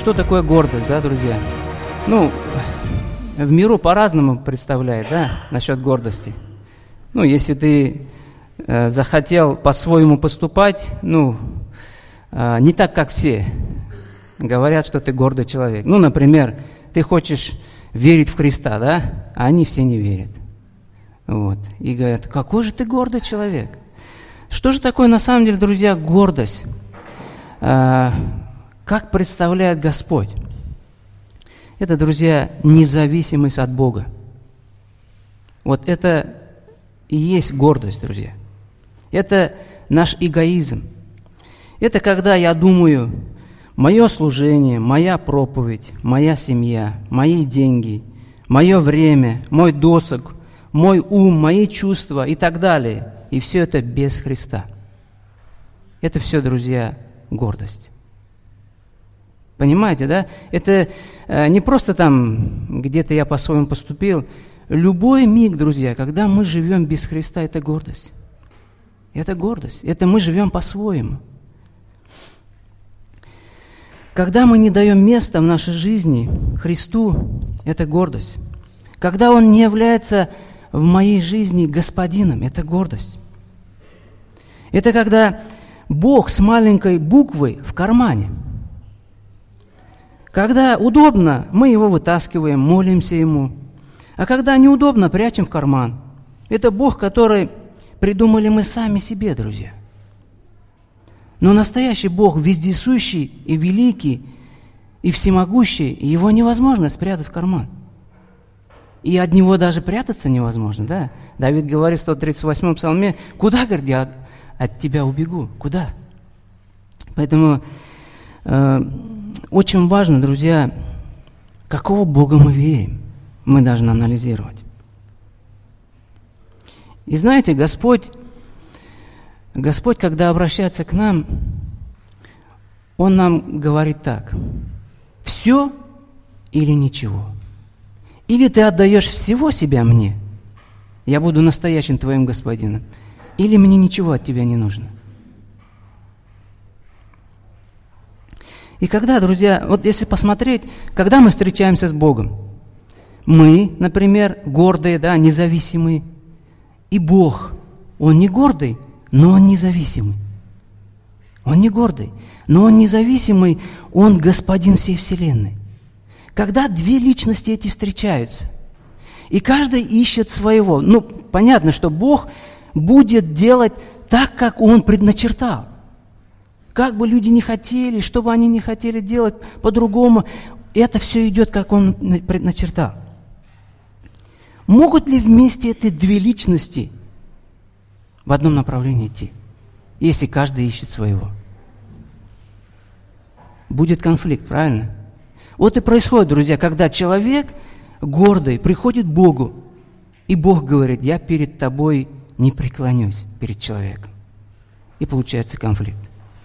что такое гордость, да, друзья? В миру по-разному представляет, да, насчет гордости. Если ты захотел по-своему поступать, не так, как все, говорят, что ты гордый человек. Например, ты хочешь верить в Христа, да, а они все не верят. И говорят, какой же ты гордый человек. Что же такое на самом деле, друзья, гордость? Как представляет Господь? Это, друзья, независимость от Бога. Это и есть гордость, друзья. Это наш эгоизм. Это когда я думаю, мое служение, моя проповедь, моя семья, мои деньги, мое время, мой досуг, мой ум, мои чувства и так далее. И все это без Христа. Это все, друзья, гордость. Понимаете, да? Это не просто где-то я по-своему поступил. Любой миг, друзья, когда мы живем без Христа, это гордость. Это гордость. Это мы живем по-своему. Когда мы не даем места в нашей жизни Христу, это гордость. Когда Он не является в моей жизни господином, это гордость. Это когда Бог с маленькой буквы в кармане. Когда удобно, мы Его вытаскиваем, молимся Ему. А когда неудобно, прячем в карман. Это Бог, который придумали мы сами себе, друзья. Но настоящий Бог, вездесущий и великий, и всемогущий, Его невозможно спрятать в карман. И от Него даже прятаться невозможно, да? Давид говорит в 138-м псалме, куда, говорит, я от Тебя убегу? Куда? Поэтому очень важно, друзья, какого Бога мы верим, мы должны анализировать. И знаете, Господь, когда обращается к нам, Он нам говорит так: все или ничего. Или ты отдаешь всего себя мне, я буду настоящим твоим господином, или мне ничего от тебя не нужно. И когда, друзья, если посмотреть, когда мы встречаемся с Богом, мы, например, гордые, да, независимые, и Бог, Он не гордый, но Он независимый. Он не гордый, но Он независимый, Он господин всей вселенной. Когда две личности эти встречаются, и каждый ищет своего, понятно, что Бог будет делать так, как Он предначертал. Как бы люди не хотели, что бы они не хотели делать по-другому, это все идет, как Он предначертал. Могут ли вместе эти две личности в одном направлении идти, если каждый ищет своего? Будет конфликт, правильно? И происходит, друзья, когда человек гордый приходит к Богу, и Бог говорит, я перед тобой не преклонюсь, перед человеком. И получается конфликт.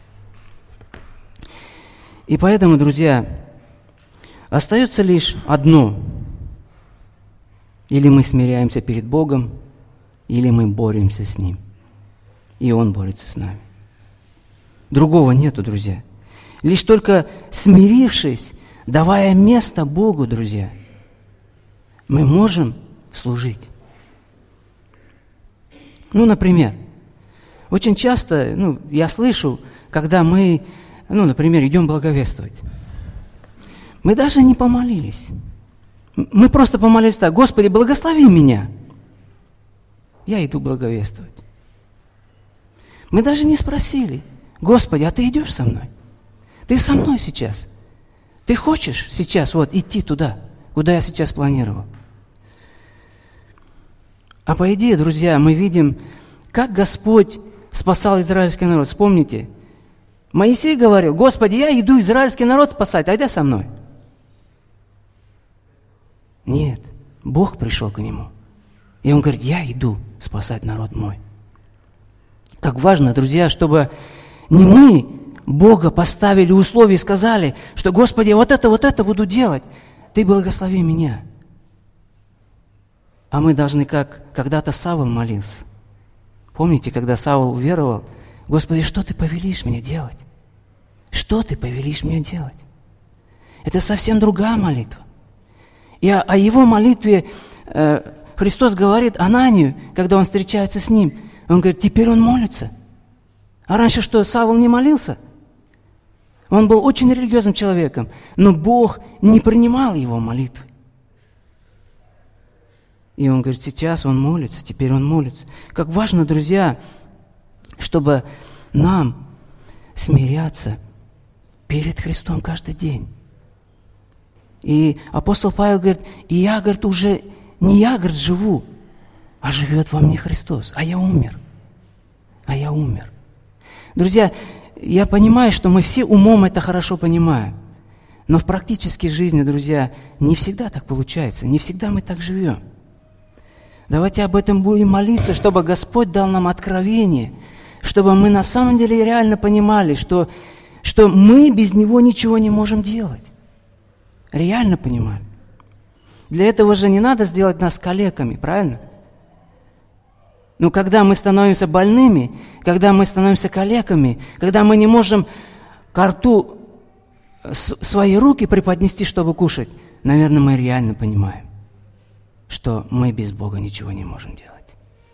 И поэтому, друзья, остается лишь одно. Или мы смиряемся перед Богом, или мы боремся с Ним. И Он борется с нами. Другого нету, друзья. Лишь только смирившись, давая место Богу, друзья, мы можем служить. Например, очень часто, я слышу, когда мы, например, идем благовествовать, мы даже не помолились. Мы просто помолились так: Господи, благослови меня. Я иду благовествовать. Мы даже не спросили: Господи, а Ты идешь со мной? Ты со мной сейчас? Ты хочешь сейчас идти туда, куда я сейчас планировал? А по идее, друзья, мы видим, как Господь спасал израильский народ. Вспомните, Моисей говорил: Господи, я иду израильский народ спасать, айда со мной. Нет, Бог пришел к нему. И он говорит: я иду спасать народ мой. Как важно, друзья, чтобы не мы Бога поставили условия и сказали, что Господи, вот это буду делать, Ты благослови меня. А мы должны, как когда-то Савл молился. Помните, когда Савл уверовал: Господи, что Ты повелишь мне делать? Что Ты повелишь мне делать? Это совсем другая молитва. И о его молитве Христос говорит Ананию, когда он встречается с ним. Он говорит, теперь он молится. А раньше что, Савл не молился? Он был очень религиозным человеком, но Бог не принимал его молитвы. И он говорит, сейчас он молится, теперь он молится. Как важно, друзья, чтобы нам смиряться перед Христом каждый день. И апостол Павел говорит, и я, говорит, уже не я, говорит, живу, а живет во мне Христос, а я умер. Друзья, я понимаю, что мы все умом это хорошо понимаем, но в практической жизни, друзья, не всегда так получается, не всегда мы так живем. Давайте об этом будем молиться, чтобы Господь дал нам откровение, чтобы мы на самом деле реально понимали, что мы без Него ничего не можем делать. Реально понимали. Для этого же не надо сделать нас калеками, правильно? Но когда мы становимся больными, когда мы становимся калеками, когда мы не можем ко рту свои руки преподнести, чтобы кушать, наверное, мы реально понимаем, что мы без Бога ничего не можем делать.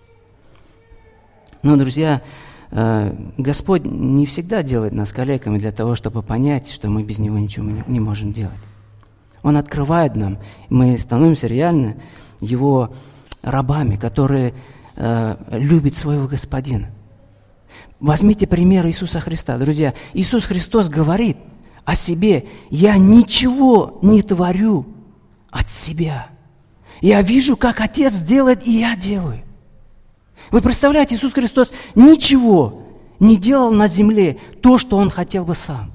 Но, друзья, Господь не всегда делает нас калеками для того, чтобы понять, что мы без Него ничего не можем делать. Он открывает нам, мы становимся реально Его рабами, которые любят своего Господина. Возьмите пример Иисуса Христа. Друзья, Иисус Христос говорит о себе: «Я ничего не творю от себя. Я вижу, как Отец делает, и я делаю». Вы представляете, Иисус Христос ничего не делал на земле то, что Он хотел бы сам.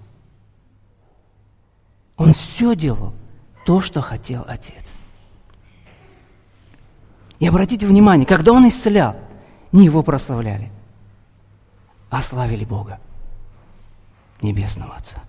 Он все делал то, что хотел Отец. И обратите внимание, когда Он исцелял, не Его прославляли, а славили Бога, Небесного Отца.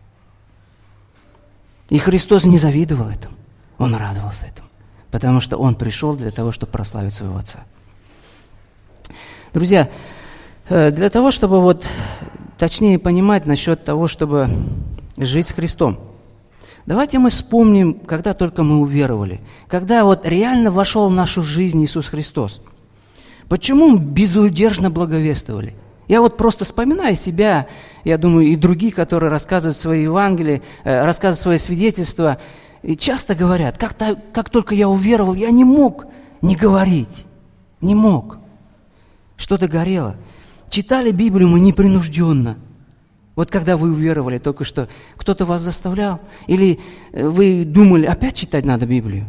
И Христос не завидовал этому, Он радовался этому, потому что Он пришел для того, чтобы прославить своего Отца. Друзья, для того, чтобы точнее понимать насчет того, чтобы жить с Христом, давайте мы вспомним, когда только мы уверовали, когда реально вошел в нашу жизнь Иисус Христос. Почему мы безудержно благовествовали? Я просто вспоминаю себя, я думаю, и другие, которые рассказывают свои Евангелия, рассказывают свои свидетельства, и часто говорят, как только я уверовал, я не мог не говорить, не мог. Что-то горело. Читали Библию мы непринужденно. Когда вы уверовали только что, кто-то вас заставлял? Или вы думали, опять читать надо Библию?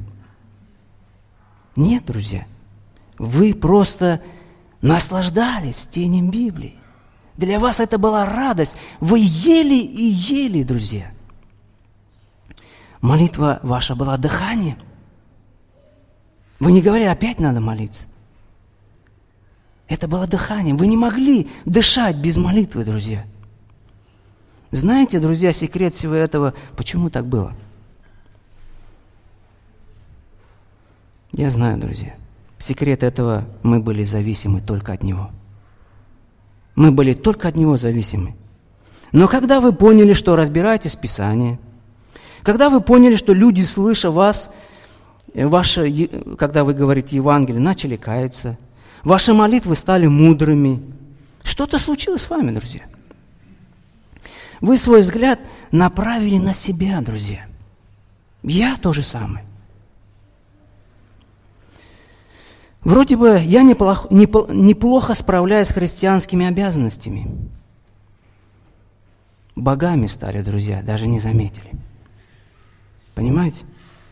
Нет, друзья. Вы просто наслаждались чтением Библии. Для вас это была радость. Вы ели и ели, друзья. Молитва ваша была дыханием. Вы не говорили, опять надо молиться. Это было дыханием. Вы не могли дышать без молитвы, друзья. Знаете, друзья, секрет всего этого, почему так было? Я знаю, друзья. Секрет этого, мы были зависимы только от Него. Мы были только от Него зависимы. Но когда вы поняли, что разбираетесь в Писании, когда вы поняли, что люди, слыша вас, когда вы говорите Евангелие, начали каяться, ваши молитвы стали мудрыми, что-то случилось с вами, друзья. Вы свой взгляд направили на себя, друзья. Я то же самое. Вроде бы я неплохо справляюсь с христианскими обязанностями. Богами стали, друзья, даже не заметили. Понимаете?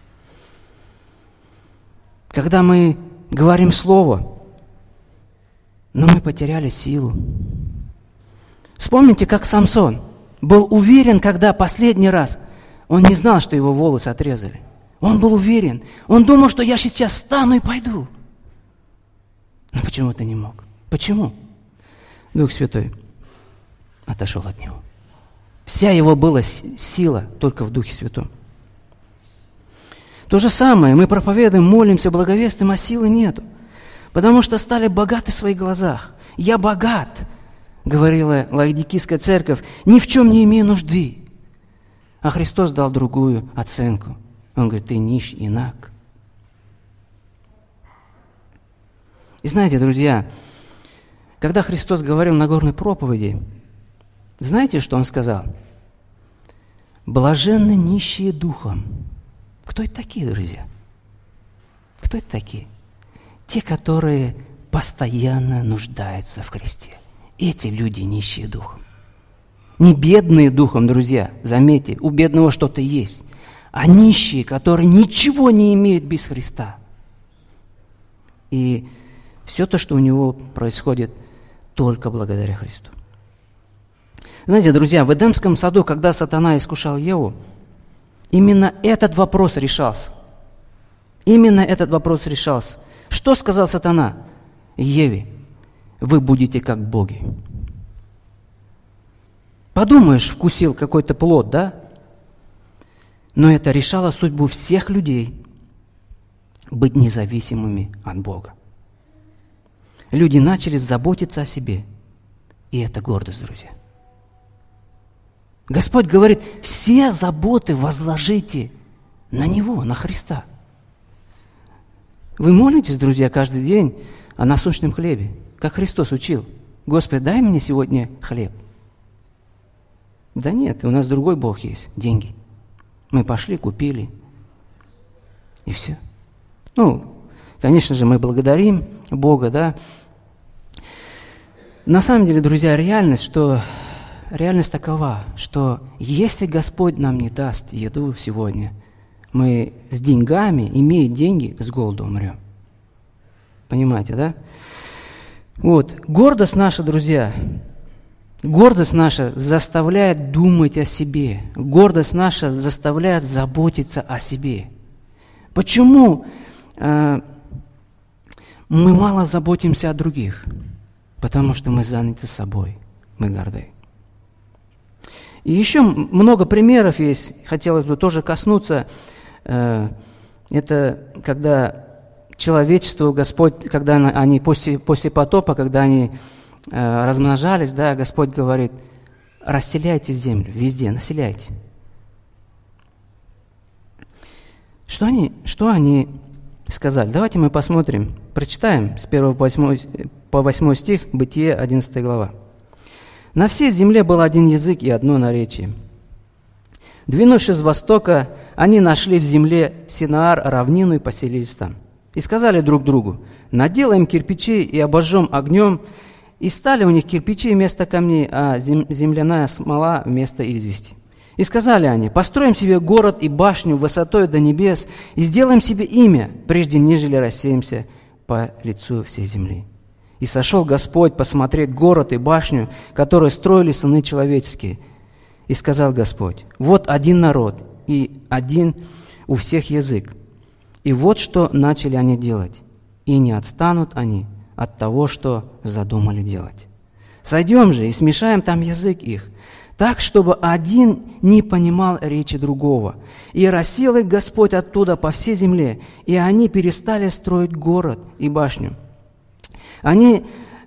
Когда мы говорим слово, но мы потеряли силу. Вспомните, как Самсон был уверен, когда последний раз он не знал, что его волосы отрезали. Он был уверен. Он думал, что я сейчас встану и пойду. Но почему-то не мог. Почему? Дух Святой отошел от него. Вся его была сила только в Духе Святом. То же самое, мы проповедуем, молимся, благовествуем, а силы нету. Потому что стали богаты в своих глазах. «Я богат», — говорила Лаодикийская церковь, «ни в чем не имею нужды». А Христос дал другую оценку. Он говорит: ты нищ и наг. И знаете, друзья, когда Христос говорил на горной проповеди, знаете, что Он сказал? Блаженны нищие духом. Кто это такие, друзья? Кто это такие? Те, которые постоянно нуждаются в Христе. Эти люди нищие духом. Не бедные духом, друзья, заметьте, у бедного что-то есть, а нищие, которые ничего не имеют без Христа. И все то, что у него происходит, только благодаря Христу. Знаете, друзья, в Эдемском саду, когда сатана искушал Еву, именно этот вопрос решался. Именно этот вопрос решался. Что сказал сатана Еве? Вы будете как боги. Подумаешь, вкусил какой-то плод, да? Но это решало судьбу всех людей быть независимыми от Бога. Люди начали заботиться о себе. И это гордость, друзья. Господь говорит: все заботы возложите на Него, на Христа. Вы молитесь, друзья, каждый день о насущном хлебе, как Христос учил. Господи, дай мне сегодня хлеб. Да нет, у нас другой Бог есть, деньги. Мы пошли, купили, и все. Конечно же, мы благодарим Бога, да. На самом деле, друзья, реальность такова, что если Господь нам не даст еду сегодня, мы с деньгами, имея деньги, с голоду умрем. Понимаете, да? Гордость наша, друзья, гордость наша заставляет думать о себе. Гордость наша заставляет заботиться о себе. Почему мы мало заботимся о других? Потому что мы заняты собой, мы горды. И еще много примеров есть, хотелось бы тоже коснуться. Это когда человечество, Господь, когда они после потопа, когда они размножались, да, Господь говорит: расселяйте землю, везде населяйте. Что они сказали? Давайте мы посмотрим, прочитаем с 1 по 8 стих, Бытие, 11 глава. «На всей земле был один язык и одно наречие. Двинувшись с востока, они нашли в земле Синаар равнину и поселились там. И сказали друг другу: наделаем кирпичей и обожжем огнем. И стали у них кирпичи вместо камней, а земляная смола вместо извести. И сказали они: построим себе город и башню высотой до небес, и сделаем себе имя, прежде нежели рассеемся по лицу всей земли. И сошел Господь посмотреть город и башню, которые строили сыны человеческие. И сказал Господь: вот один народ, и один у всех язык. И вот что начали они делать, и не отстанут они от того, что задумали делать. Сойдем же и смешаем там язык их, так, чтобы один не понимал речи другого. И рассеял их Господь оттуда по всей земле, и они перестали строить город и башню. Они,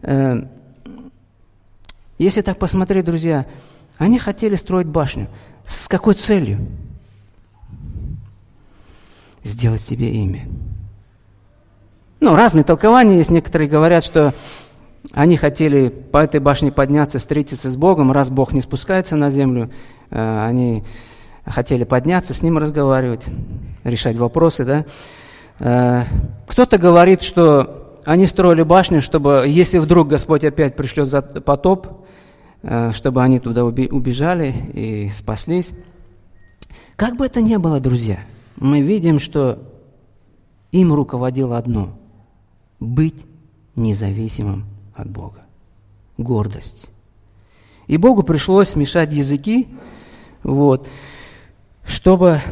если так посмотреть, друзья, они хотели строить башню. С какой целью? Сделать себе имя. Разные толкования есть. Некоторые говорят, что они хотели по этой башне подняться, встретиться с Богом. Раз Бог не спускается на землю, они хотели подняться, с Ним разговаривать, решать вопросы, да. Кто-то говорит, что они строили башню, чтобы, если вдруг Господь опять пришлет потоп, чтобы они туда убежали и спаслись. Как бы это ни было, друзья, мы видим, что им руководило одно – быть независимым от Бога. Гордость. И Богу пришлось смешать языки, чтобы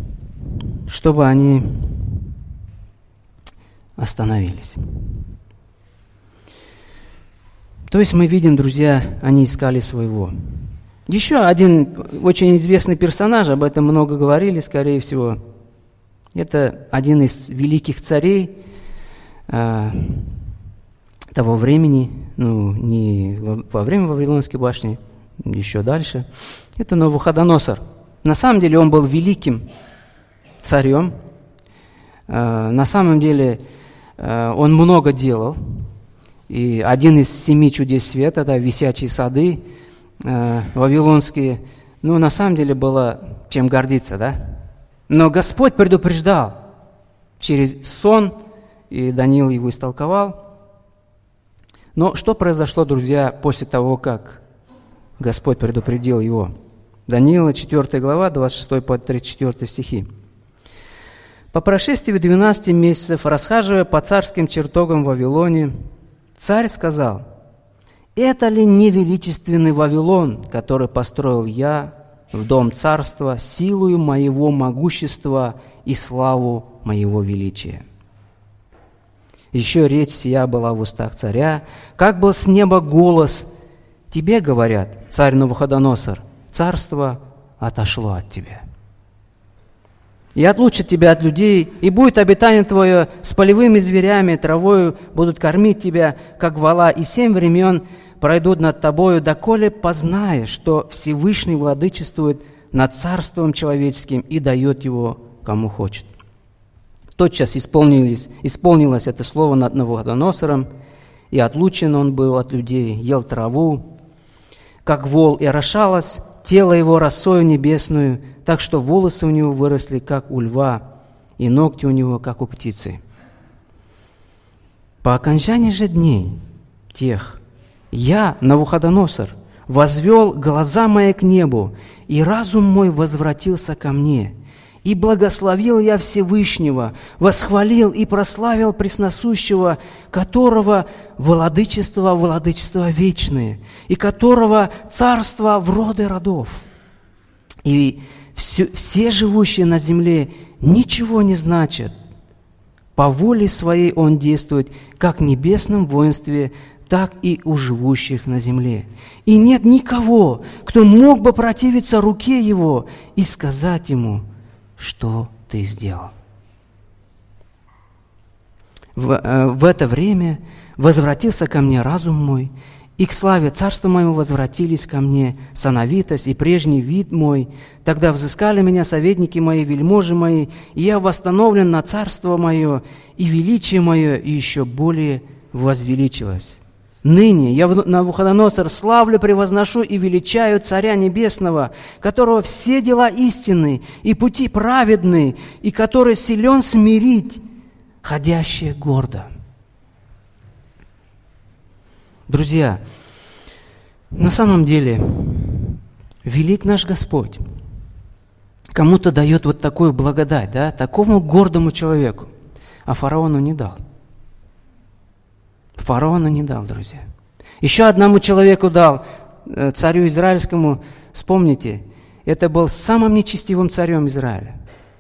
они остановились. То есть мы видим, друзья, они искали своего. Еще один очень известный персонаж, об этом много говорили, скорее всего. Это один из великих царей того времени, не во время Вавилонской башни, еще дальше. Это Навуходоносор. На самом деле он был великим царем. На самом деле он много делал. И один из 7 чудес света, да, висячие сады вавилонские, на самом деле было чем гордиться, да? Но Господь предупреждал через сон, и Даниил его истолковал. Но что произошло, друзья, после того, как Господь предупредил его? Даниила, 4 глава, 26 по 34 стихи. «По прошествии 12 месяцев, расхаживая по царским чертогам в Вавилоне, царь сказал: „Это ли не величественный Вавилон, который построил я в дом царства силою моего могущества и славу моего величия?“ Еще речь сия была в устах царя, как был с неба голос: „Тебе, говорят, царь Навуходоносор, царство отошло от тебя. И отлучат тебя от людей, и будет обитание твое с полевыми зверями, травою будут кормить тебя, как вола, и 7 времен пройдут над тобою, доколе познаешь, что Всевышний владычествует над царством человеческим и дает его кому хочет“. Тотчас исполнилось это слово над Навуходоносором, и отлучен он был от людей, ел траву, как вол, и орошалось тело его росою небесную, так что волосы у него выросли, как у льва, и ногти у него, как у птицы. По окончании же дней тех я, Навуходоносор, возвел глаза мои к небу, и разум мой возвратился ко мне, и благословил я Всевышнего, восхвалил и прославил Пресносущего, которого владычество вечное, и которого царство в роды родов. И все живущие на земле ничего не значат. По воле своей он действует как в небесном воинстве, так и у живущих на земле. И нет никого, кто мог бы противиться руке его и сказать ему: „Что ты сделал?“ В это время возвратился ко мне разум мой, и к славе царства моего возвратились ко мне сановитость и прежний вид мой. Тогда взыскали меня советники мои, вельможи мои, и я восстановлен на царство мое, и величие мое еще более возвеличилось. Ныне я, Навуходоносор, славлю, превозношу и величаю Царя Небесного, которого все дела истинны и пути праведны, и который силен смирить ходящие гордо“. Друзья, на самом деле, велик наш Господь. Кому-то дает вот такую благодать, да, такому гордому человеку, а фараону не дал. Фараону не дал, друзья. Еще одному человеку дал, царю израильскому, вспомните, это был самым нечестивым царем Израиля.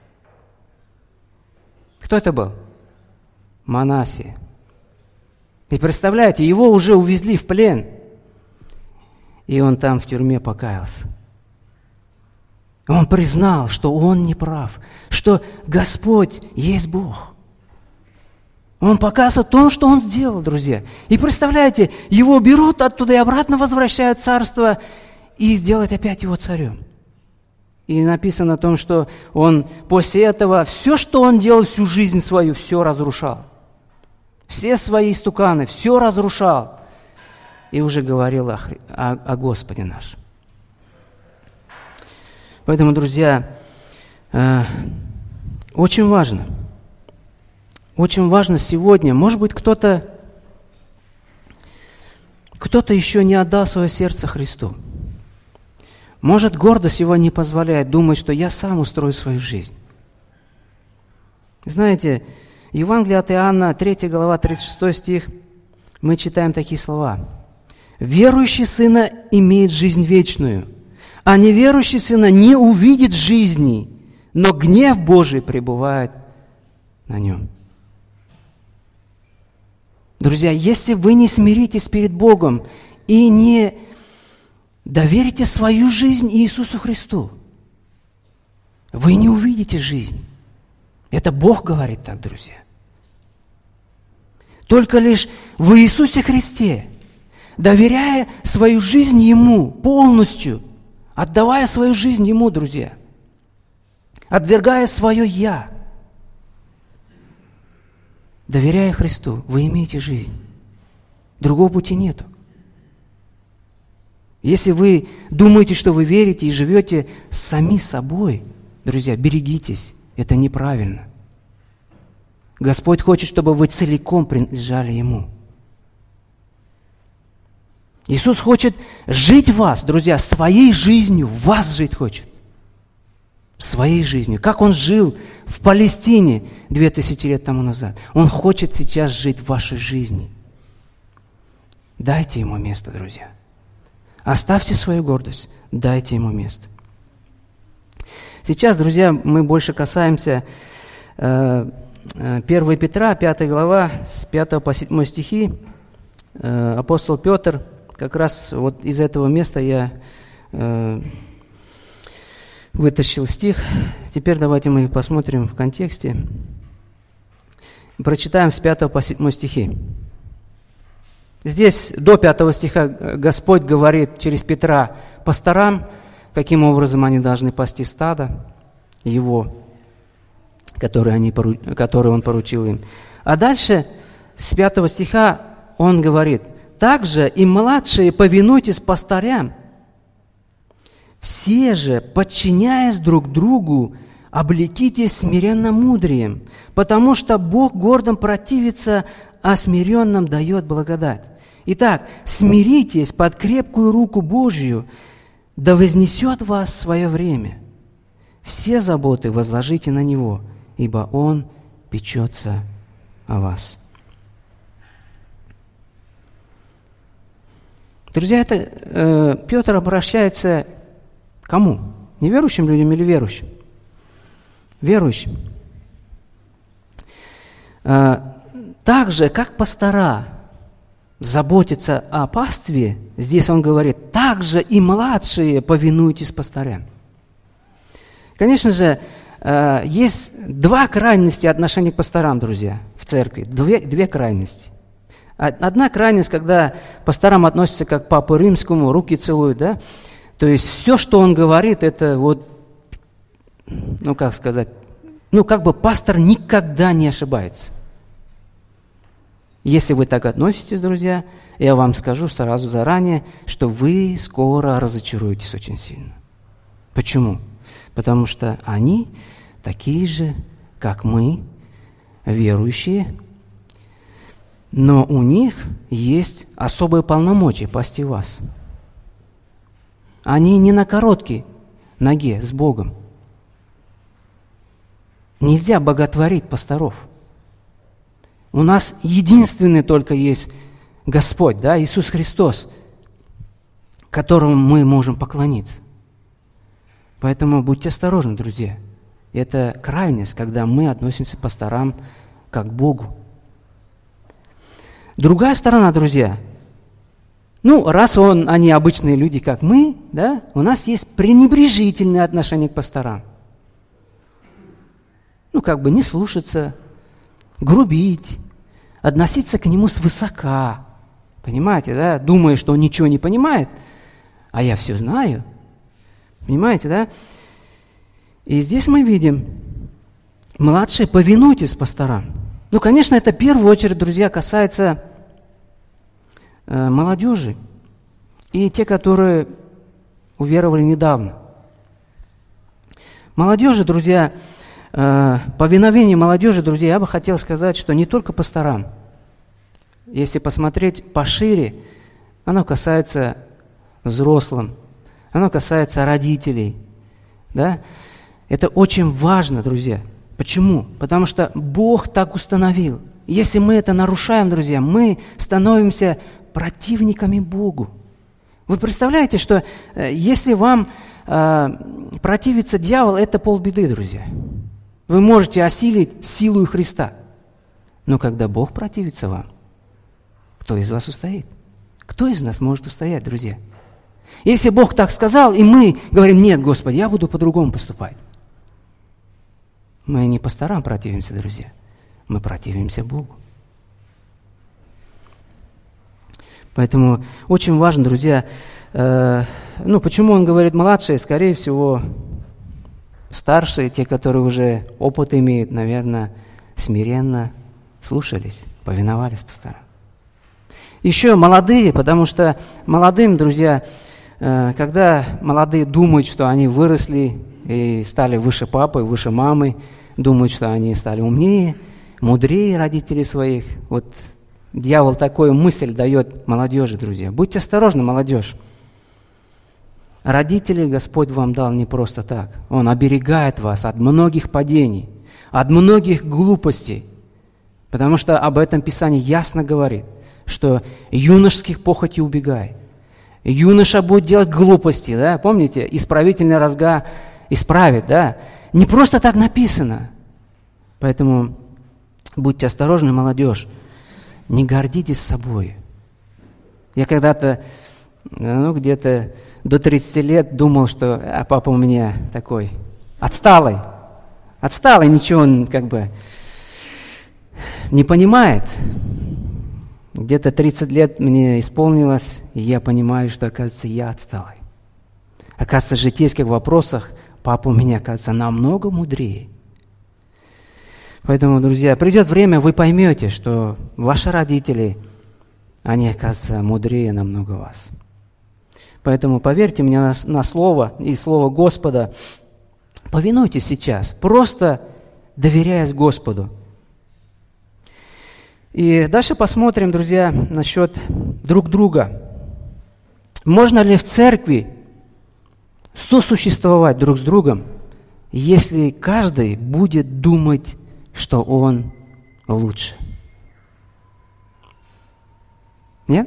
Кто это был? Манассия. И представляете, его уже увезли в плен, и он там в тюрьме покаялся. Он признал, что он не прав, что Господь есть Бог. Он покаялся в том, что он сделал, друзья. И представляете, его берут оттуда и обратно возвращают в царство и сделают опять его царем. И написано о том, что он после этого все, что он делал всю жизнь свою, все разрушал. Все свои истуканы, все разрушал. И уже говорил о Господе нашем. Поэтому, друзья, очень важно сегодня, может быть, кто-то еще не отдал свое сердце Христу. Может, гордость его не позволяет думать, что я сам устрою свою жизнь. Знаете, Евангелие от Иоанна, 3 глава, 36 стих, мы читаем такие слова. «Верующий Сына имеет жизнь вечную, а неверующий Сына не увидит жизни, но гнев Божий пребывает на нем». Друзья, если вы не смиритесь перед Богом и не доверите свою жизнь Иисусу Христу, вы не увидите жизнь. Это Бог говорит так, друзья. Только лишь в Иисусе Христе, доверяя свою жизнь Ему полностью, отдавая свою жизнь Ему, друзья, отвергая свое «я», доверяя Христу, вы имеете жизнь. Другого пути нету. Если вы думаете, что вы верите и живете сами собой, друзья, берегитесь, это неправильно. Господь хочет, чтобы вы целиком принадлежали Ему. Иисус хочет жить в вас, друзья, своей жизнью, в вас жить хочет. Своей жизнью. Как Он жил в Палестине 2000 лет тому назад. Он хочет сейчас жить в вашей жизни. Дайте Ему место, друзья. Оставьте свою гордость, дайте Ему место. Сейчас, друзья, мы больше касаемся 1 Петра, 5 глава, с 5 по 7 стихи. Апостол Петр, как раз вот из этого места я вытащил стих. Теперь давайте мы посмотрим в контексте. Прочитаем с 5 по 7 стихи. Здесь до 5 стиха Господь говорит через Петра пасторам, каким образом они должны пасти стадо Его, которое Он поручил им. А дальше с 5 стиха Он говорит: «Также и младшие повинуйтесь пастырям, все же, подчиняясь друг другу, облекитесь смиренно-мудрием, потому что Бог гордым противится, а смиренным дает благодать. Итак, смиритесь под крепкую руку Божью, да вознесет вас в свое время. Все заботы возложите на Него, ибо Он печется о вас». Друзья, это Петр обращается к кому? Неверующим людям или верующим? Верующим. Так же, как пастора заботятся о пастве, здесь он говорит: также и младшие повинуйтесь пастырям. Конечно же, есть две крайности отношения к пасторам, друзья, в церкви. Две крайности. Одна крайность, когда к пасторам относятся как к Папе Римскому, руки целуют, да? То есть все, что он говорит, это вот, как бы пастор никогда не ошибается. Если вы так относитесь, друзья, я вам скажу сразу заранее, что вы скоро разочаруетесь очень сильно. Почему? Потому что они такие же, как мы, верующие, но у них есть особые полномочия пасти вас. Они не на короткой ноге с Богом. Нельзя боготворить пасторов. У нас единственный только есть Господь, да, Иисус Христос, которому мы можем поклониться. Поэтому будьте осторожны, друзья. Это крайность, когда мы относимся к пасторам как к Богу. Другая сторона, друзья, раз они обычные люди, как мы, да, у нас есть пренебрежительное отношение к пасторам. Не слушаться, грубить, относиться к нему свысока. Понимаете, да? Думая, что он ничего не понимает, а я все знаю. Понимаете, да? И здесь мы видим: младшие, повинуйтесь пасторам. Конечно, это в первую очередь, друзья, касается молодежи и те, которые уверовали недавно. Молодежи, друзья, повиновение молодежи, друзья, я бы хотел сказать, что не только пасторам. Если посмотреть пошире, оно касается взрослым, оно касается родителей. Да? Это очень важно, друзья. Почему? Потому что Бог так установил. Если мы это нарушаем, друзья, мы становимся противниками Богу. Вы представляете, что если вам противится дьявол, это полбеды, друзья. Вы можете осилить силу Христа. Но когда Бог противится вам, кто из вас устоит? Кто из нас может устоять, друзья? Если Бог так сказал, и мы говорим: нет, Господи, я буду по-другому поступать. Мы не пасторам противимся, друзья. Мы противимся Богу. Поэтому очень важно, друзья, почему он говорит младшие, скорее всего, старшие, те, которые уже опыт имеют, наверное, смиренно слушались, повиновались пасторам. Еще молодые, потому что молодым, друзья, когда молодые думают, что они выросли и стали выше папы, выше мамы, думают, что они стали умнее, мудрее родителей своих. Вот дьявол такую мысль дает молодежи, друзья. Будьте осторожны, молодежь. Родителей Господь вам дал не просто так. Он оберегает вас от многих падений, от многих глупостей, потому что об этом Писание ясно говорит, что юношеских похотей убегай. Юноша будет делать глупости, да? Помните, исправительный разга исправит, да? Не просто так написано. Поэтому будьте осторожны, молодежь. Не гордитесь собой. Я когда-то, где-то до 30 лет думал, что папа у меня такой отсталый, ничего он не понимает. Где-то 30 лет мне исполнилось, и я понимаю, что, оказывается, я отсталый. Оказывается, в житейских вопросах папа у меня, оказывается, намного мудрее. Поэтому, друзья, придет время, вы поймете, что ваши родители, они, оказывается, мудрее намного вас. Поэтому поверьте мне на слово и слово Господа. Повинуйтесь сейчас, просто доверяясь Господу. И дальше посмотрим, друзья, насчет друг друга. Можно ли в церкви сосуществовать друг с другом, если каждый будет думать, что он лучше? Нет?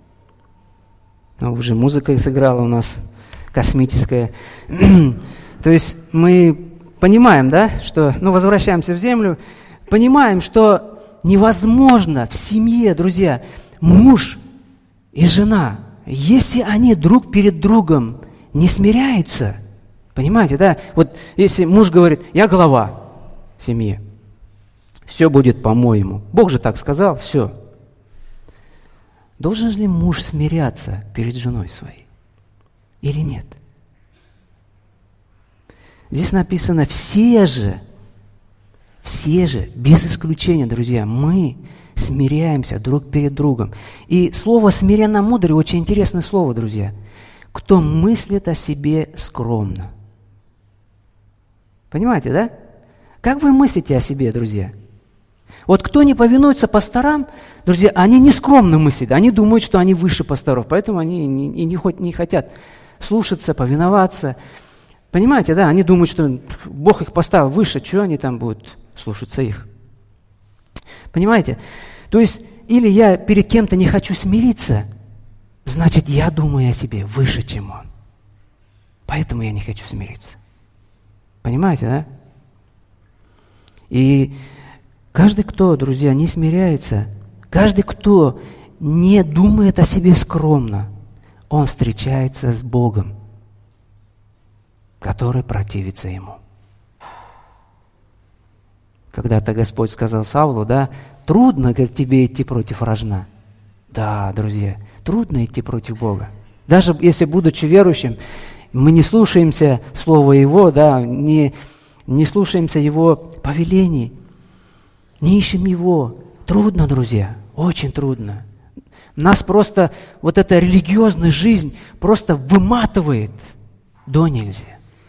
Уже музыка сыграла у нас космическая. То есть мы понимаем, да, что, возвращаемся в землю, понимаем, что невозможно в семье, друзья, муж и жена, если они друг перед другом не смиряются, понимаете, да? Вот если муж говорит, я глава в семье, все будет по-моему. Бог же так сказал, все. Должен ли муж смиряться перед женой своей или нет? Здесь написано, все же, без исключения, друзья, мы смиряемся друг перед другом. И слово «смиренно мудрый» очень интересное слово, друзья. Кто мыслит о себе скромно. Понимаете, да? Как вы мыслите о себе, друзья? Вот кто не повинуется пасторам, друзья, они не скромно мыслят, они думают, что они выше пасторов, поэтому они не хотят слушаться, повиноваться. Понимаете, да? Они думают, что Бог их поставил выше, что они там будут слушаться их. Понимаете? То есть, или я перед кем-то не хочу смириться, значит, я думаю о себе выше, чем он. Поэтому я не хочу смириться. Понимаете, да? И каждый, кто, друзья, не смиряется, каждый, кто не думает о себе скромно, он встречается с Богом, который противится ему. Когда-то Господь сказал Савлу, да, трудно, говорит, тебе идти против рожна. Да, друзья, трудно идти против Бога. Даже если, будучи верующим, мы не слушаемся Слова Его, да, не слушаемся Его повелений, не ищем Его. Трудно, друзья, очень трудно. Нас просто вот эта религиозная жизнь просто выматывает до нельзя.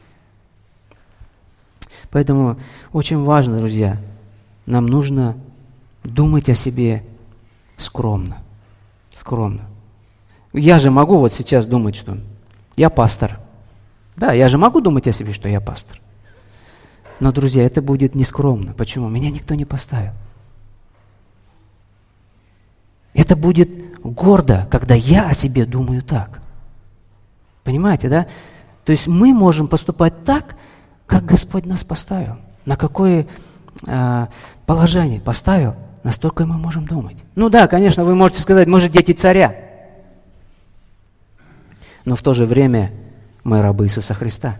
Поэтому очень важно, друзья, нам нужно думать о себе скромно. Скромно. Я же могу вот сейчас думать, что я пастор. Да, я же могу думать о себе, что я пастор. Но, друзья, это будет нескромно. Почему? Меня никто не поставил. Это будет гордо, когда я о себе думаю так. Понимаете, да? То есть мы можем поступать так, как Господь нас поставил. На какое положение поставил, настолько мы можем думать. Ну да, конечно, вы можете сказать, мы же дети царя. Но в то же время мы рабы Иисуса Христа.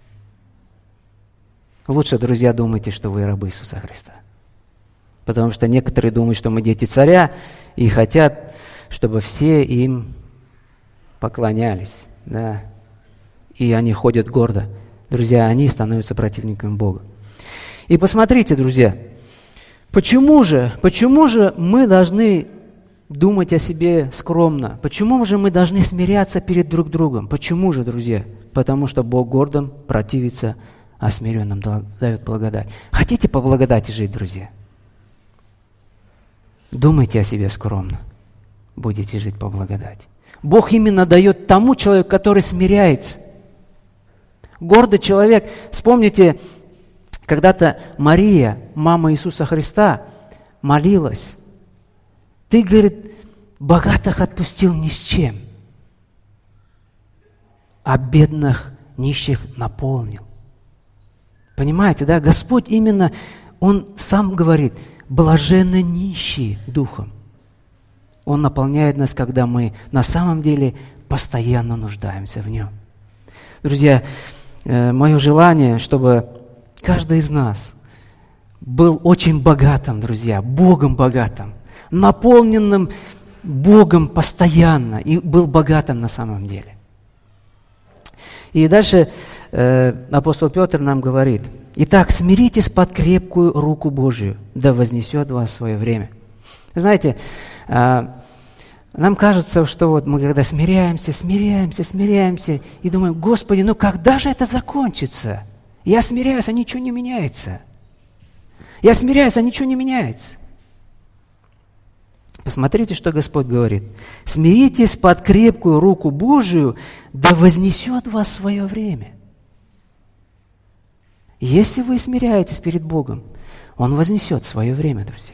Лучше, друзья, думайте, что вы рабы Иисуса Христа. Потому что некоторые думают, что мы дети царя, и хотят, чтобы все им поклонялись. Да? И они ходят гордо. друзья, они становятся противниками Бога. И посмотрите, друзья, почему же мы должны думать о себе скромно? Почему же мы должны смиряться перед друг другом? Почему же, друзья? Потому что Бог гордым противится, а смиренным дает благодать. Хотите по благодати жить, друзья? Думайте о себе скромно. Будете жить по благодати. Бог именно дает тому человеку, который смиряется. Гордый человек, вспомните, когда-то Мария, мама Иисуса Христа, молилась. Ты, говорит, богатых отпустил ни с чем, а бедных, нищих наполнил. Понимаете, да? Господь именно, Он сам говорит, блаженны нищие духом. Он наполняет нас, когда мы на самом деле постоянно нуждаемся в Нем. Друзья, мое желание, чтобы каждый из нас был очень богатым, друзья, Богом богатым, наполненным Богом постоянно и был богатым на самом деле. И дальше апостол Петр нам говорит: «Итак, смиритесь под крепкую руку Божию, да вознесет вас в свое время». Знаете, нам кажется, что вот мы когда смиряемся и думаем: Господи, ну когда же это закончится? Я смиряюсь, а ничего не меняется. Я смиряюсь, а ничего не меняется. Посмотрите, что Господь говорит. «Смиритесь под крепкую руку Божию, да вознесет вас в свое время». Если вы смиряетесь перед Богом, Он вознесет в свое время, друзья.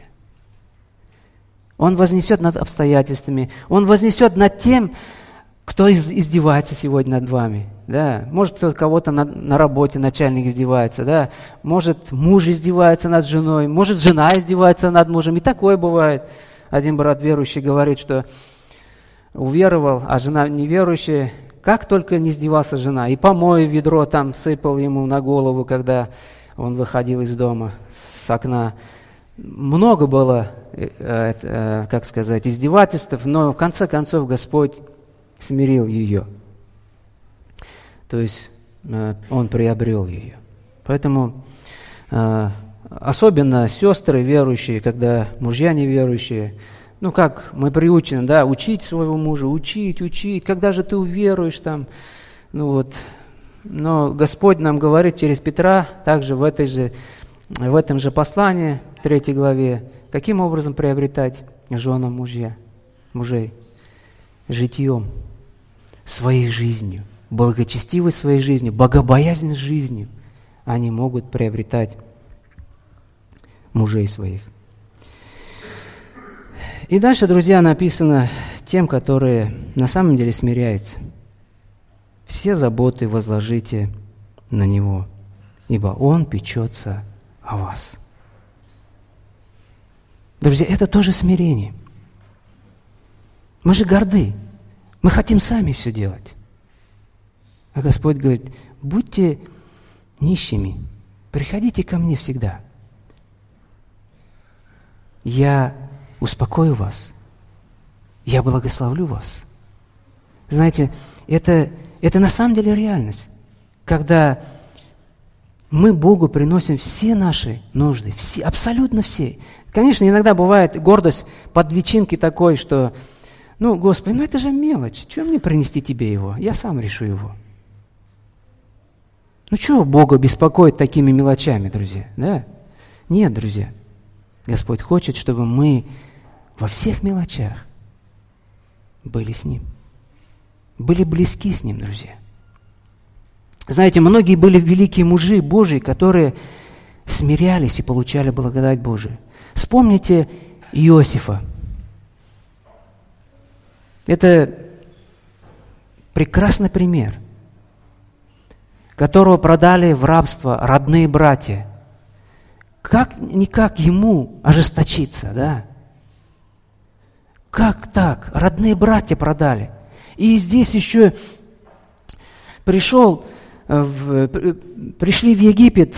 Он вознесет над обстоятельствами, Он вознесет над тем, кто издевается сегодня над вами. Да? Может, кого-то на работе начальник издевается, да? Может, муж издевается над женой, может, жена издевается над мужем. И такое бывает. Один брат верующий говорит, что уверовал, а жена неверующая, как только не издевался жена. И помой ведро там сыпал ему на голову, когда он выходил из дома, с окна. Много было, как сказать, издевательств, но в конце концов Господь смирил ее. То есть Он приобрел ее. Поэтому особенно сестры верующие, когда мужья неверующие, ну как мы приучены, да, учить своего мужа, учить, когда же ты уверуешь там, ну вот. Но Господь нам говорит через Петра, также в этом же послании, 3 главе, каким образом приобретать женам мужей? Житьем, своей жизнью, благочестивой своей жизнью, богобоязненной жизнью они могут приобретать мужей своих. И дальше, друзья, написано тем, которые на самом деле смиряются. «Все заботы возложите на Него, ибо Он печется о вас». Друзья, это тоже смирение. Мы же горды, мы хотим сами все делать. А Господь говорит: будьте нищими, приходите ко мне всегда. Я успокою вас, я благословлю вас. Знаете, это на самом деле реальность, когда мы Богу приносим все наши нужды, все, абсолютно все. Конечно, иногда бывает гордость под личинкой такой, что, ну, Господи, ну это же мелочь, чего мне принести Тебе его? Я сам решу его. Ну, чего Бога беспокоит такими мелочами, друзья? Да? Нет, друзья. Господь хочет, чтобы мы во всех мелочах были с Ним, были близки с Ним, друзья. Знаете, многие были великие мужи Божьи, которые смирялись и получали благодать Божию. Вспомните Иосифа. Это прекрасный пример, которого продали в рабство родные братья. Как ему ожесточиться, да? Как так? Родные братья продали. И здесь еще пришли в Египет.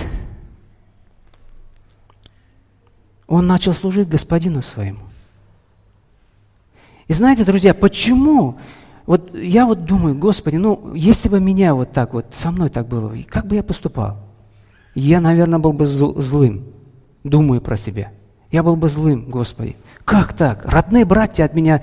Он начал служить господину своему. И знаете, друзья, почему Вот я вот думаю, Господи, если бы меня вот так вот, со мной так было, как бы я поступал? Я, наверное, был бы злым, думаю про себя. Я был бы злым, Господи. Как так? Родные братья от меня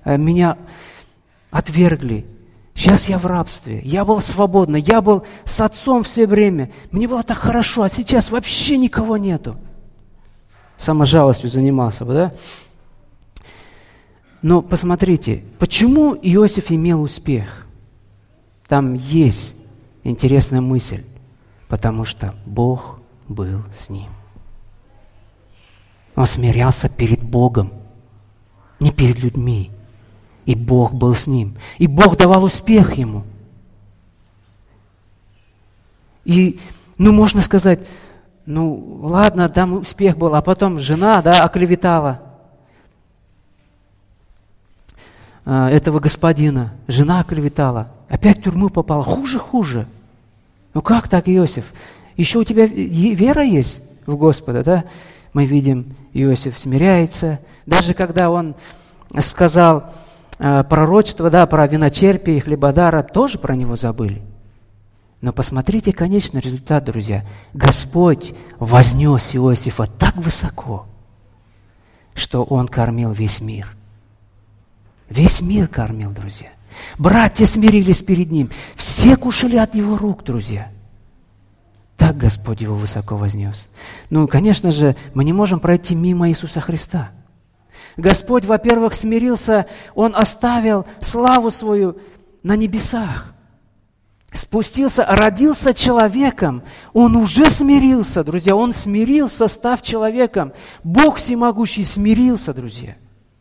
отвергли. Сейчас я в рабстве. Я был свободный. Я был с отцом все время. Мне было так хорошо, а сейчас вообще никого нету. Саможалостью занимался бы, да? Но посмотрите, почему Иосиф имел успех? Там есть интересная мысль. Потому что Бог был с ним. Он смирялся перед Богом, не перед людьми. И Бог был с ним. И Бог давал успех ему. И, можно сказать, ладно, там успех был, а потом жена, оклеветала этого господина. Жена оклеветала. Опять в тюрьму попала. Хуже. Как так, Иосиф? Еще у тебя вера есть в Господа, да? Мы видим, Иосиф смиряется. Даже когда он сказал пророчество, про виночерпие и хлебодара, тоже про него забыли. Но посмотрите конечный результат, друзья. Господь вознес Иосифа так высоко, что он кормил весь мир. Весь мир кормил, друзья. Братья смирились перед ним. Все кушали от его рук, друзья. Так Господь его высоко вознес. Конечно же, мы не можем пройти мимо Иисуса Христа. Господь, во-первых, смирился, Он оставил славу свою на небесах. Спустился, родился человеком. Он уже смирился, друзья. Он смирился, став человеком. Бог всемогущий смирился, друзья.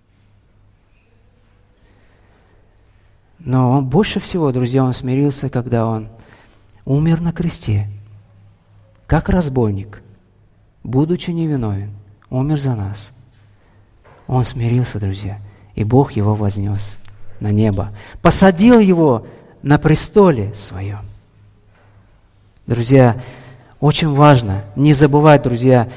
Но Он больше всего, друзья, Он смирился, когда Он умер на кресте, как разбойник, будучи невиновен, умер за нас. Он смирился, друзья, и Бог Его вознес на небо, посадил Его на престоле Своем. Друзья, очень важно не забывать, друзья,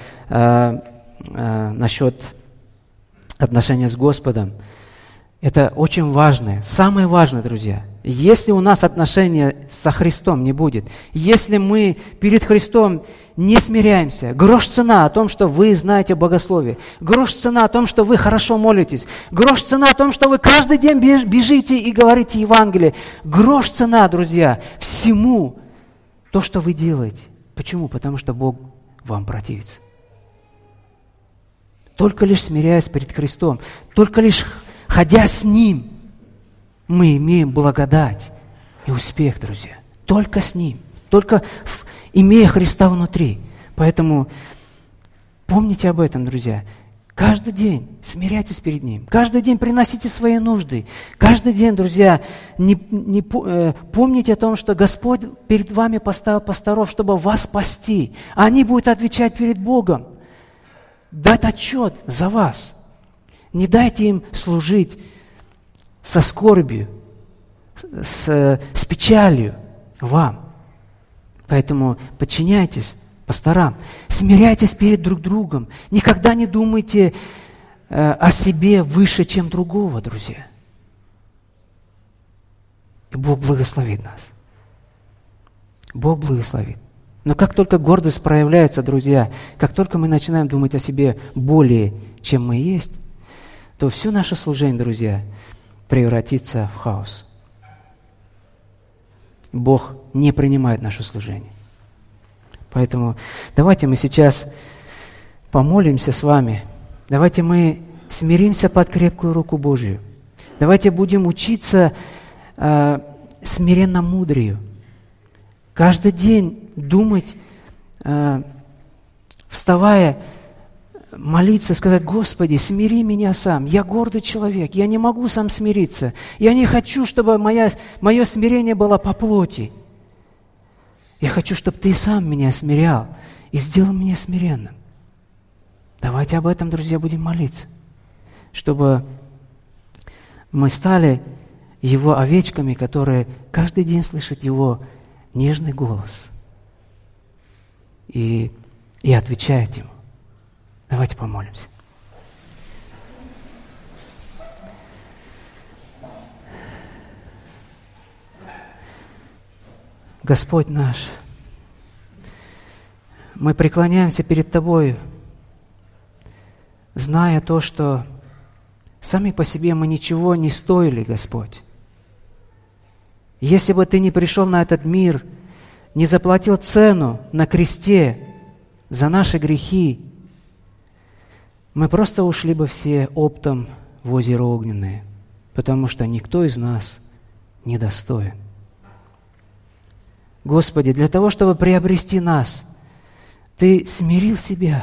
насчет отношения с Господом. Это очень важное, самое важное, друзья. Если у нас отношения со Христом не будет, если мы перед Христом не смиряемся, грош цена о том, что вы знаете богословие, грош цена о том, что вы хорошо молитесь, грош цена о том, что вы каждый день бежите и говорите Евангелие, грош цена, друзья, всему то, что вы делаете. Почему? Потому что Бог вам противится. Только лишь смиряясь перед Христом, только лишь ходя с Ним, мы имеем благодать и успех, друзья. Только с Ним. Только имея Христа внутри. Поэтому помните об этом, друзья. Каждый день смиряйтесь перед Ним. Каждый день приносите свои нужды. Каждый день, друзья, помните о том, что Господь перед вами поставил пасторов, чтобы вас спасти. Они будут отвечать перед Богом. Дать отчет за вас. Не дайте им служить со скорбью, с печалью вам. Поэтому подчиняйтесь пасторам, смиряйтесь перед друг другом. Никогда не думайте о себе выше, чем другого, друзья. И Бог благословит нас. Бог благословит. Но как только гордость проявляется, друзья, как только мы начинаем думать о себе более, чем мы есть, то все наше служение, друзья, превратится в хаос. Бог не принимает наше служение. Поэтому давайте мы сейчас помолимся с вами. Давайте мы смиримся под крепкую руку Божью. Давайте будем учиться смиренно мудрию. Каждый день думать, вставая, молиться, сказать: Господи, смири меня сам. Я гордый человек, я не могу сам смириться. Я не хочу, чтобы мое смирение было по плоти. Я хочу, чтобы Ты сам меня смирял и сделал меня смиренным. Давайте об этом, друзья, будем молиться, чтобы мы стали Его овечками, которые каждый день слышат Его нежный голос и отвечают Ему. Давайте помолимся. Господь наш, мы преклоняемся перед Тобою, зная то, что сами по себе мы ничего не стоили, Господь. Если бы Ты не пришел на этот мир, не заплатил цену на кресте за наши грехи, мы просто ушли бы все оптом в озеро огненное, потому что никто из нас не достоин. Господи, для того, чтобы приобрести нас, Ты смирил себя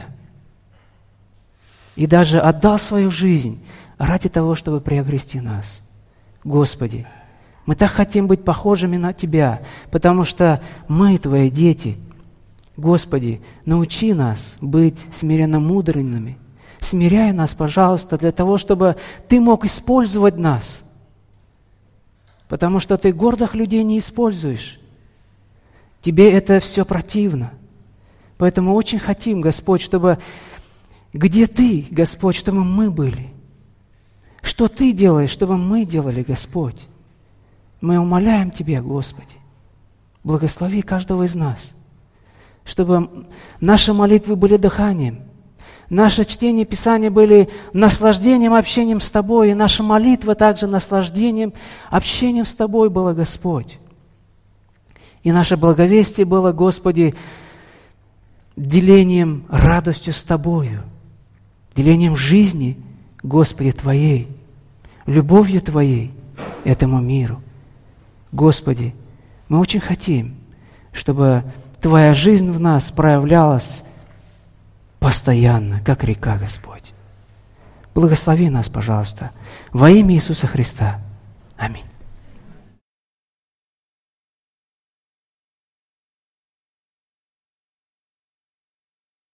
и даже отдал свою жизнь ради того, чтобы приобрести нас. Господи, мы так хотим быть похожими на Тебя, потому что мы Твои дети. Господи, научи нас быть смиренно мудрыми. Смиряй нас, пожалуйста, для того, чтобы Ты мог использовать нас. Потому что Ты гордых людей не используешь. Тебе это все противно. Поэтому очень хотим, Господь, чтобы где Ты, Господь, чтобы мы были. Что Ты делаешь, чтобы мы делали, Господь. Мы умоляем Тебя, Господи, благослови каждого из нас, чтобы наши молитвы были дыханием, наше чтение Писания были наслаждением, общением с Тобой, и наша молитва также наслаждением, общением с Тобой была, Господь. И наше благовестие было, Господи, делением, радостью с Тобою, делением жизни, Господи, Твоей, любовью Твоей этому миру. Господи, мы очень хотим, чтобы Твоя жизнь в нас проявлялась постоянно, как река, Господь. Благослови нас, пожалуйста, во имя Иисуса Христа. Аминь.